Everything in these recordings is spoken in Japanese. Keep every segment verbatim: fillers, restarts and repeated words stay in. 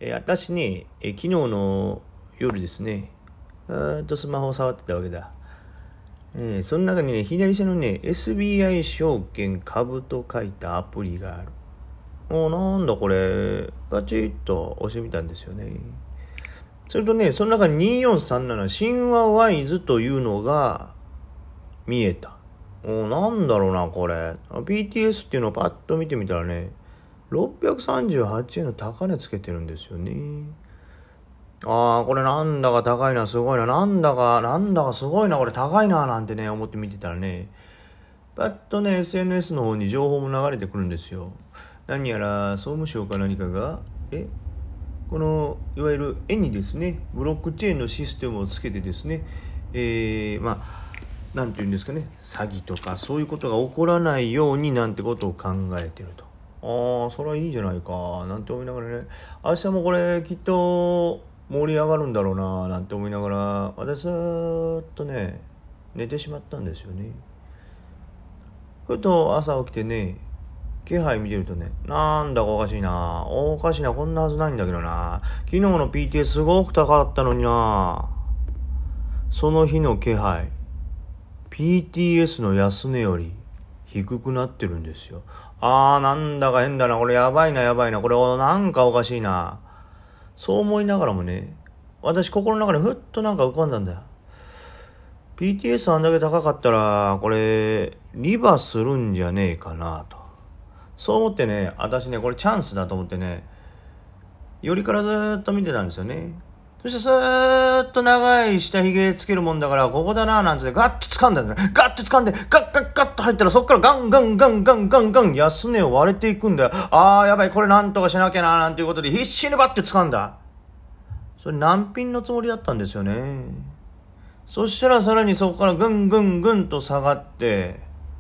えー、私ね、えー、昨日の夜ですね、ずーっとスマホを触ってたわけだ。えー、その中にね、左下のね、エスビーアイ 証券株と書いたアプリがある。おー、なんだこれ、パチッと押してみたんですよね。それとね、その中ににーよんさんなな神話ワイズというのが見えた。おー、なんだろうな、これ。ビーティーエス っていうのをパッと見てみたらね、ろっぴゃくさんじゅうはちえんの高値つけてるんですよね。ああ、これなんだか高いな、すごいな、なんだか、なんだかすごいな、これ高いな、なんてね、思って見てたらね、パッとね、エスエヌエス の方に情報も流れてくるんですよ。何やら総務省か何かが、え、この、いわゆる円にですね、ブロックチェーンのシステムをつけてですね、えー、まあ、なんていうんですかね、詐欺とかそういうことが起こらないようになんてことを考えてると。ああ、それはいいじゃないか、なんて思いながらね、明日もこれきっと盛り上がるんだろうな、なんて思いながら、私ずーっとね、寝てしまったんですよね。ふと朝起きてね、気配見てるとね、なんだかおかしいな、おかしいな、こんなはずないんだけどな、昨日の ピーティーエス すごく高かったのにな、その日の気配、ピーティーエス の安値より低くなってるんですよ。あー、なんだか変だな、これやばいなやばいな、これなんかおかしいな。そう思いながらもね、私心の中にふっとなんか浮かんだんだよ。ピーティーエス あんだけ高かったら、これ、リバするんじゃねえかなと。そう思ってね、私ね、これチャンスだと思ってね、寄りからずーっと見てたんですよね。そしてスーッと長い下髭つけるもんだから、ここだなーなんてガッと掴んだんだね。ガッと掴んで、ガッガッガッと入ったら、そっからガンガンガンガンガンガン安値を割れていくんだよ。あー、やばい、これなんとかしなきゃなーなんていうことで必死にバッて掴んだ。それ難品のつもりだったんですよね。そしたらさらにそこからぐんぐんぐんと下がって、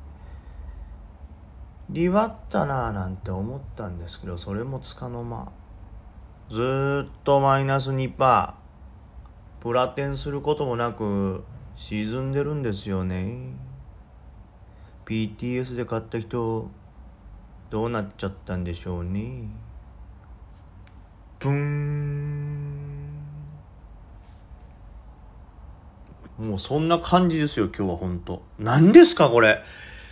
リバったなーなんて思ったんですけど、それもつかの間。ずーっとマイナス にパーセント、プラテンすることもなく沈んでるんですよね。 ピーティーエス で買った人どうなっちゃったんでしょうね。ブーン。もうそんな感じですよ今日は。本当何ですかこれ。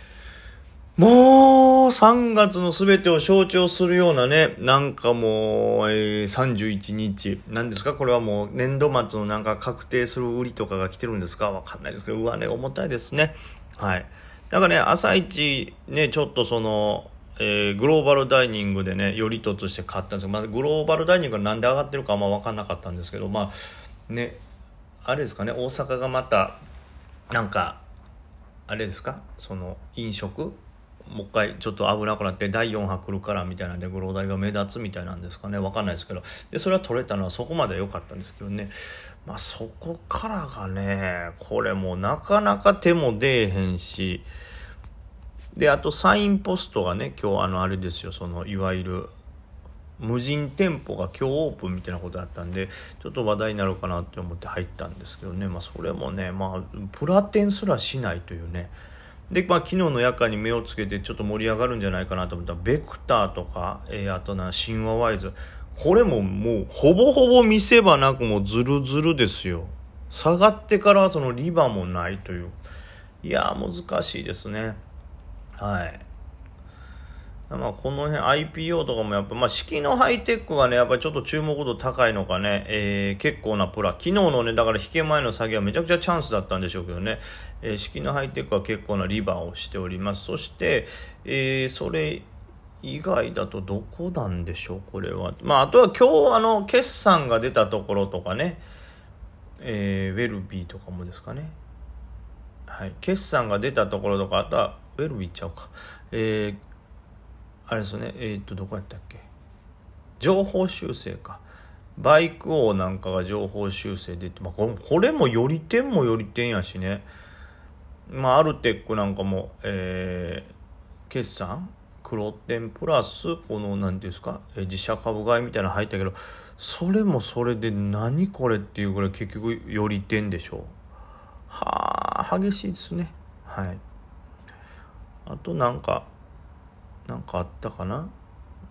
もうさんがつのすべてを象徴するようなね、なんかもう、えー、さんじゅういちにち、なんですかこれはもう年度末のなんか確定する売りとかが来てるんですかわかんないですけど、上値重たいですね。はい。だからね、朝一ね、ちょっとその、えー、グローバルダイニングでね、よりととして買ったんですけど、まあ、グローバルダイニングがなんで上がってるかあんま分かんなかったんですけど、まあ、ね、あれですかね、大阪がまた、なんか、あれですかその飲食もう一回ちょっと危なくなってだいよん波来るからみたいなんでグローダイが目立つみたいなんですかね、わかんないですけど、でそれは取れたのはそこまで良かったんですけどね、まあそこからがね、これもうなかなか手も出えへんし、であとサインポストがね今日あのあれですよ、そのいわゆる無人店舗が今日オープンみたいなことだったんで、ちょっと話題になるかなって思って入ったんですけどね、まあそれもね、まあプラテンすらしないというね。で、まあ昨日の夜間に目をつけてちょっと盛り上がるんじゃないかなと思ったら、ベクターとか、えー、あとな、神話ワイズ。これももうほぼほぼ見せ場なくもうズルズルですよ。下がってからはそのリバもないという。いやー難しいですね。はい。まあ、この辺 アイピーオー とかもやっぱ、まあ、式のハイテックがね、やっぱりちょっと注目度高いのかね、えー、結構なプラ。昨日のね、だから引け前の下げはめちゃくちゃチャンスだったんでしょうけどね、えー、式のハイテックは結構なリバーをしております。そして、えー、それ以外だとどこなんでしょう、これは。まあ、あとは今日、あの、決算が出たところとかね、えー、ウェルビーとかもですかね。はい。決算が出たところとか、あとは、ウェルビーちゃうか。えーあれですね、えー、っとどこやったっけ、情報修正か、バイク王なんかが情報修正でって、まあ、これこれもより点もより点やしね、まあ、アルテックなんかも、えー、決算黒点プラスこの何ていうんですか、えー、自社株買いみたいなの入ったけど、それもそれで何これっていうぐらい結局より点でしょう。はあ激しいですね。はい。あとなんかなんかあったかな。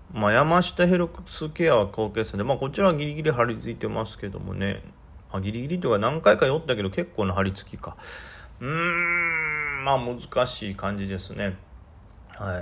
まあ、山下ヘルスケアは高決算で、まあ、こちらはギリギリ張り付いてますけどもね、あギリギリというか何回か寄ったけど結構な張り付きか。うーんまあ難しい感じですね。はい。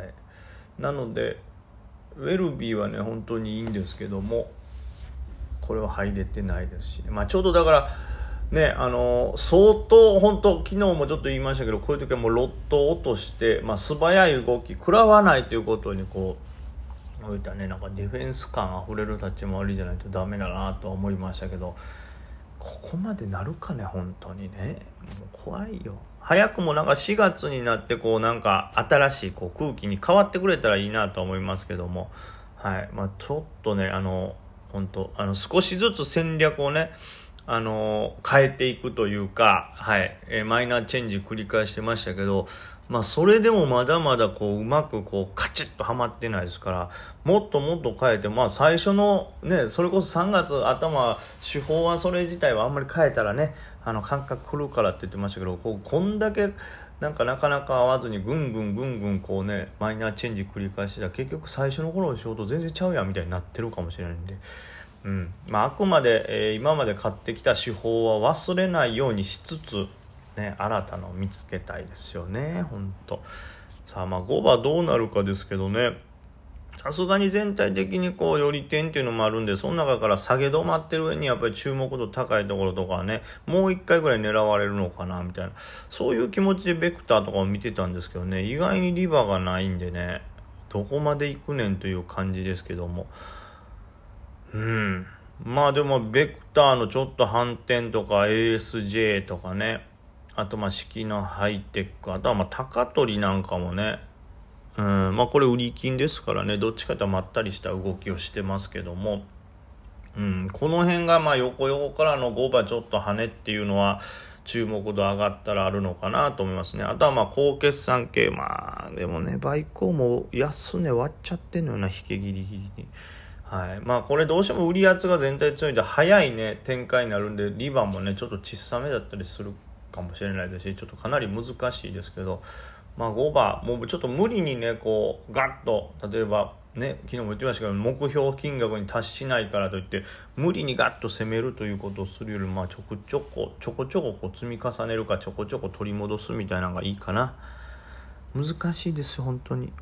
なのでウェルビーはね本当にいいんですけども、これは入れてないですし、ね、まあちょうどだからね、あの相当本当昨日もちょっと言いましたけど、こういう時はもうロットを落として、まあ、素早い動き食らわないということにこうこういったねなんかディフェンス感あふれる立ち回りじゃないとダメだなとは思いましたけど、ここまでなるかね本当にね、もう怖いよ。早くもなんかしがつになってこうなんか新しいこう空気に変わってくれたらいいなと思いますけども、はいまあちょっとねあの本当あの少しずつ戦略をねあの変えていくというか、はいえー、マイナーチェンジ繰り返してましたけど、まあそれでもまだまだこううまくこうカチッとはまってないですから、もっともっと変えて、まあ最初のねそれこそさんがつ頭手法はそれ自体はあんまり変えたらねあの感覚くるからって言ってましたけど、こうこんだけなんかなかなか合わずにぐんぐんぐんぐんこうねマイナーチェンジ繰り返してたら結局最初の頃の仕事全然ちゃうやんみたいになってるかもしれないんで。うんまあ、あくまで、えー、今まで買ってきた手法は忘れないようにしつつ、ね、新たなのを見つけたいですよね本当。さあまあごばどうなるかですけどね、さすがに全体的にこう寄り点っていうのもあるんで、その中から下げ止まってる上にやっぱり注目度高いところとかはねもう一回ぐらい狙われるのかなみたいな、そういう気持ちでベクターとかを見てたんですけどね、意外にリバがないんでねどこまで行くねんという感じですけども、うんまあでもベクターのちょっと反転とか エーエスジェー とかね、あとまあ式のハイテク、あとはまあ高取なんかもね、うんまあこれ売り金ですからね、どっちかというとまったりした動きをしてますけども、うん、この辺がまあ横横からのごばちょっと跳ねっていうのは注目度上がったらあるのかなと思いますね。あとはまあ高決算系、まあでもねバイコーも安値割っちゃってんのよな、引けギリギリに。はいまあこれどうしても売り圧が全体強いんで早いね展開になるんで、リバもねちょっと小さめだったりするかもしれないですし、ちょっとかなり難しいですけど、まあごばもうちょっと無理にねこうガッと例えばね昨日も言ってましたけど目標金額に達しないからといって無理にガッと攻めるということをするよりも、まあちょこちょこちょこちょここう積み重ねるかちょこちょこ取り戻すみたいなのがいいかな。難しいですよ本当に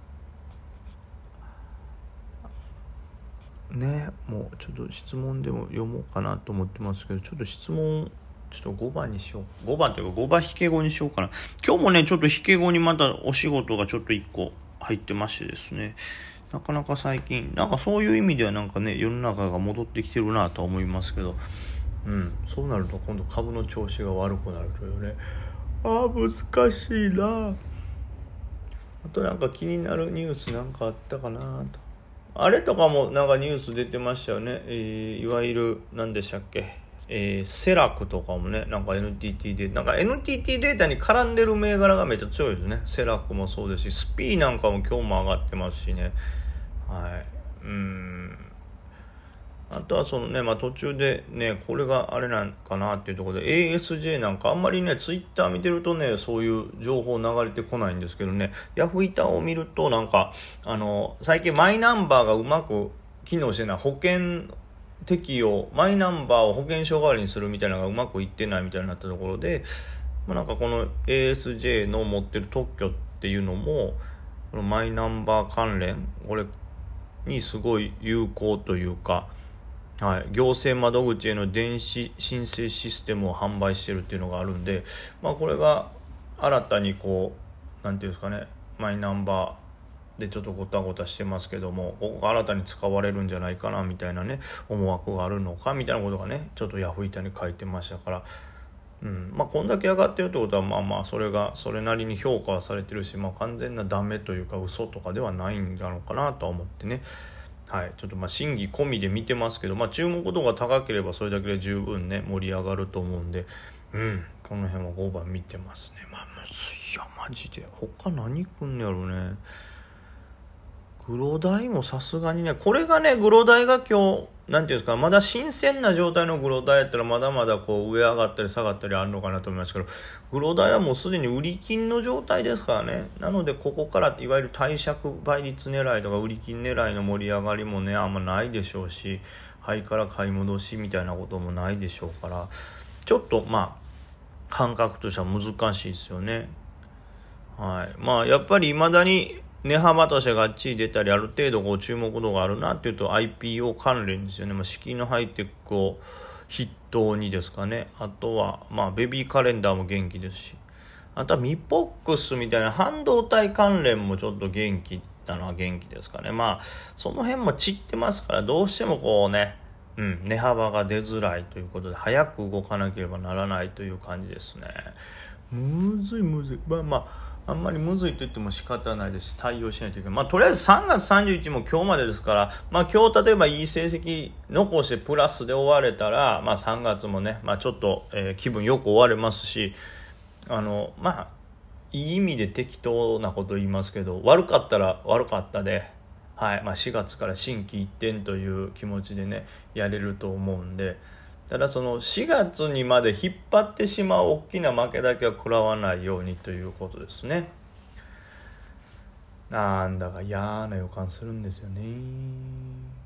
ね。もうちょっと質問でも読もうかなと思ってますけど、ちょっと質問ちょっとごばにしよう、ごばというかごば引け後にしようかな。今日もねちょっと引け後にまたお仕事がちょっといっこ入ってましてですね、なかなか最近なんかそういう意味ではなんかね世の中が戻ってきてるなとは思いますけど、うんそうなると今度株の調子が悪くなるというね、あー難しいな。あとなんか気になるニュースなんかあったかなと、あれとかもなんかニュース出てましたよね、えー、いわゆる何でしたっけ、えー、セラクとかもねなんか エヌティーティー でなんか エヌティーティー データに絡んでる銘柄がめっちゃ強いですね。セラクもそうですし、スピーなんかも今日も上がってますしね。はいうーんあとはそのね、まあ、途中でねこれがあれなんかなっていうところで エーエスジェー なんかあんまりねツイッター見てるとねそういう情報流れてこないんですけどね、ヤフイタを見るとなんかあの最近マイナンバーがうまく機能してない、保険適用マイナンバーを保険証代わりにするみたいなのがうまくいってないみたいになったところで、まあ、なんかこの エーエスジェー の持ってる特許っていうのもこのマイナンバー関連これにすごい有効というか、はい、行政窓口への電子申請システムを販売してるっていうのがあるんで、まあ、これが新たにこうなんていうんですかね、マイナンバーでちょっとごたごたしてますけども、ここが新たに使われるんじゃないかなみたいなね思惑があるのかみたいなことがねちょっとヤフイタに書いてましたから、うんまあ、こんだけ上がってるってことはまあまあそれがそれなりに評価はされてるし、まあ、完全なダメというか嘘とかではないんだろうかなとは思ってね、はい、ちょっとまあ審議込みで見てますけど、まあ、注目度が高ければそれだけで十分ね盛り上がると思うんで、うん、この辺はごばん見てますね。まあむずいやマジで他何くんねやろね。グロダイもさすがにねこれがねグロダイが今日なんていうんですか、まだ新鮮な状態のグロダイやったらまだまだこう上上がったり下がったりあるのかなと思いますけど、グロダイはもうすでに売り金の状態ですからね。なのでここからいわゆる貸借倍率狙いとか売り金狙いの盛り上がりもねあんまないでしょうし、買いから買い戻しみたいなこともないでしょうから、ちょっとまあ感覚としては難しいですよね。はい、まあやっぱり未だに値幅としてがっちり出たり、ある程度こう注目度があるなっていうと アイピーオー 関連ですよね。まあ、資金のハイテクを筆頭にですかね。あとはまあベビーカレンダーも元気ですし、あとはミポックスみたいな半導体関連もちょっと元気なのは元気ですかね。まあその辺も散ってますから、どうしてもこうね、うん、値幅が出づらいということで早く動かなければならないという感じですね。むずいむずい。まあまああんまりむずいと言っても仕方ないですし、対応しないといけない。まあとりあえずさんがつさんじゅういちにちも今日までですから、まあ今日例えばいい成績残してプラスで終われたら、まあさんがつもね、まあちょっと、えー気分よく終われますし、あのまあいい意味で適当なこと言いますけど、悪かったら悪かったで、はい、まあしがつから心機一転という気持ちでねやれると思うんで、ただそのしがつにまで引っ張ってしまう大きな負けだけは食らわないようにということですね。なんだか嫌な予感するんですよね。